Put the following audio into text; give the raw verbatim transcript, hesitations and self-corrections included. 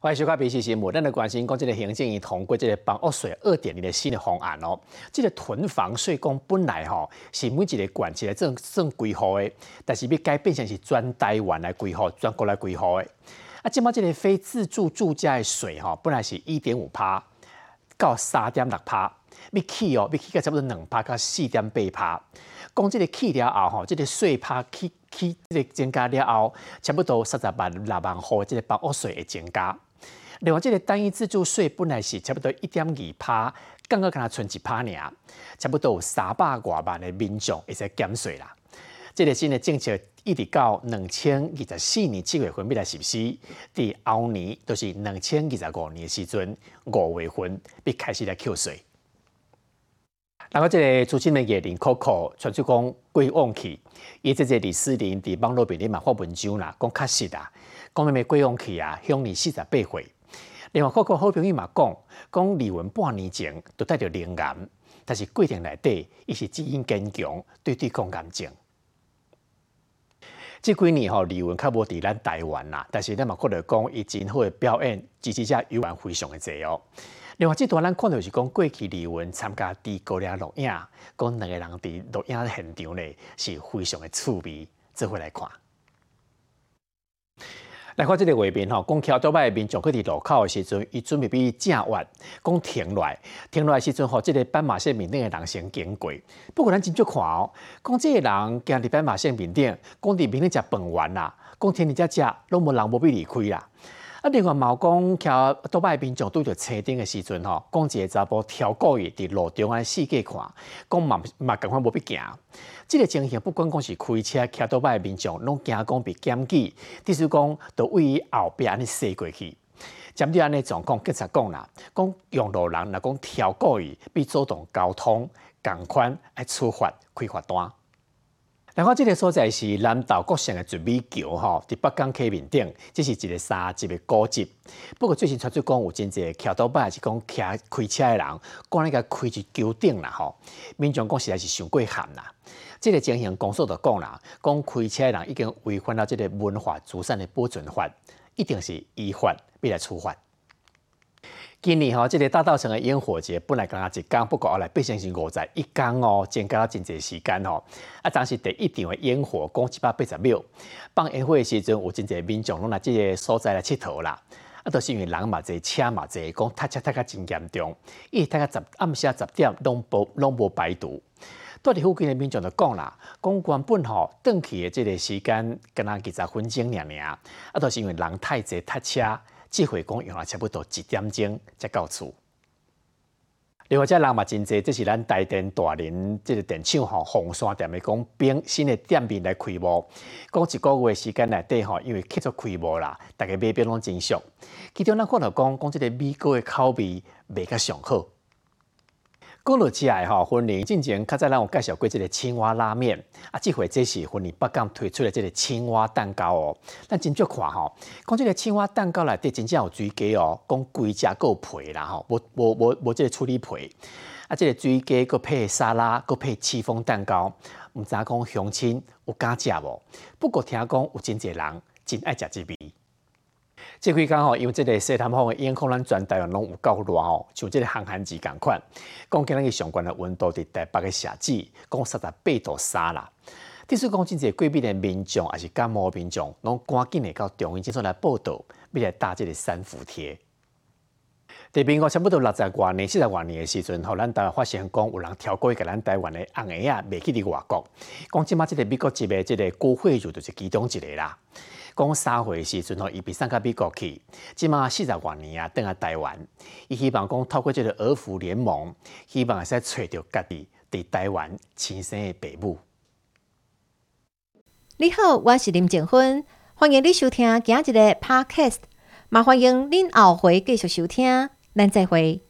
欢迎收看《B C 新闻》，咱来关心讲，这个行政院通过这个房屋税二点零的新的方案哦。这个囤房税讲本来吼是每一个县市来正正规划的，但是要改变成是全台湾来规划、全国来规划的。啊，即摆这个非自住住家的税吼，本来是一点五趴到三点六趴，要起哦，要起到差不多两趴到四点八趴。讲这个起了后吼，这个税趴起起这个增加了后，差不多三十万六万户这个房屋税会增加。另外，这个单一自住税本来是差不多一点二趴，刚刚跟他存一趴尔，差不多有三百多万的民众会使减税啦。这个新的政策一直到两千二十四年七月份要来实施，伫后年都是两千二十五年的时阵五月份要开始来扣税。然后，这个资深的艺人 Coco 传出讲过往去，伊这个李思玲伫网络面顶嘛发文章啦，讲确实啊，讲妹妹过往去啊，享年四十八岁。另外，Coco 好朋友嘛讲，讲李玟半年前就带着灵癌，但是过程内底伊是基因坚强，对对抗癌症。这几年吼，李玟较无伫咱台湾啦，但是咱嘛看到讲伊真好的表演，支持者有缘非常的侪哦。另外，这段咱看到是讲过去李玟参加伫高粱录影，讲两个人伫录影现场咧是非常的趣味，做伙来看。来看这个画面吼，讲桥倒摆的民众去伫路口的时阵，伊准备比正弯，讲停落来，停落来的时阵吼，这个斑马线面顶的人先经过。不过咱真少看哦，讲这个人行伫斑马线面顶，讲伫面顶食饭完啦，讲天伫遮食，拢无人无必离开啦。啊，另外嘛有讲桥倒摆的民众拄着车顶的时阵吼，讲一个查甫挑故意伫路中安四界看，讲嘛嘛赶快无必行。这个情形不管讲是开车、骑倒摆的民众，拢惊讲被检举，意思讲都位于后壁安尼驶过去。针对安尼状况，警察讲啦，讲用路人若讲挑故意，比阻挡交通，共款爱处罚开罚单。来看这个所在是南投国城的绝美桥吼，伫北港溪面顶，这是一个三级的古迹。不过最近传出讲有真侪骑倒摆是讲骑开车的人，讲那个开去桥顶啦吼，民众讲实在是伤过寒啦。这个情形，公所就讲啦，讲开车的人已经违反了这个文化资产的保存法，一定是依法要来处罚。今年吼，这个大稻埕的烟火节本来刚刚一天，不过后来变成是五十一天哦，增加了真侪时间哦。啊，当时第一场的烟火，讲一百八十秒，放烟火的时阵，有真侪民众拢来这个所在来佚佗啦。啊，都是因为人嘛侪，车嘛侪，讲塞车塞甲真严重，一直塞到十暗时十点，拢无拢无排除。在伫附近的民众就讲啦，讲原本吼转去的这个时间，敢若二十分钟尔尔，啊，都是因为人太侪，塞车。这回讲用了差不多一点钟才到厝。另外，这人嘛真济，这是咱台电大林这个电厂吼，红山店的讲并新的店面来开幕。讲一个月时间内底吼，因为继续开幕啦，大家买饼拢真俗。其中咱看到讲，讲这个米糕的口味卖甲上好。讲到食的吼，婚礼之前较早咱有介绍过这个青蛙拉面，啊，这回这是婚礼北港推出的这个青蛙蛋糕哦。咱真少看吼，讲这个青蛙蛋糕内底真正有水鸡哦，讲规只够皮啦吼，无无无无这个处理皮，啊，这个水鸡佮配沙拉，佮配戚风蛋糕，唔知讲乡亲有敢食无？不过听讲有真侪人真爱食这味。这几天吼，因为这个西南风的烟空，咱全台湾拢有够热吼，像这个寒寒季共款。讲今日上悬的温度伫台北的夏至，讲三十八度三啦。即使讲真侪贵宾的民众，还是感冒的民众，拢赶紧的到中医诊所来报道，要来打这个三伏贴。伫民国差不多六十多年、四十多年的时阵，吼，咱台湾发现讲有人挑过甲咱台湾的红鞋啊，卖去伫外国。讲即马即个美国籍的即个郭惠如就是其中一个啦。讲三岁时阵吼，伊被送到美国去，即马四十多年啊，回来台湾，伊希望讲透过这个儿福联盟，希望会使找到家己伫台湾亲生的爸母。 你好，我是林静芬，欢迎你收听今日的 Podcast， 嘛欢迎恁后回继续收听，咱再会。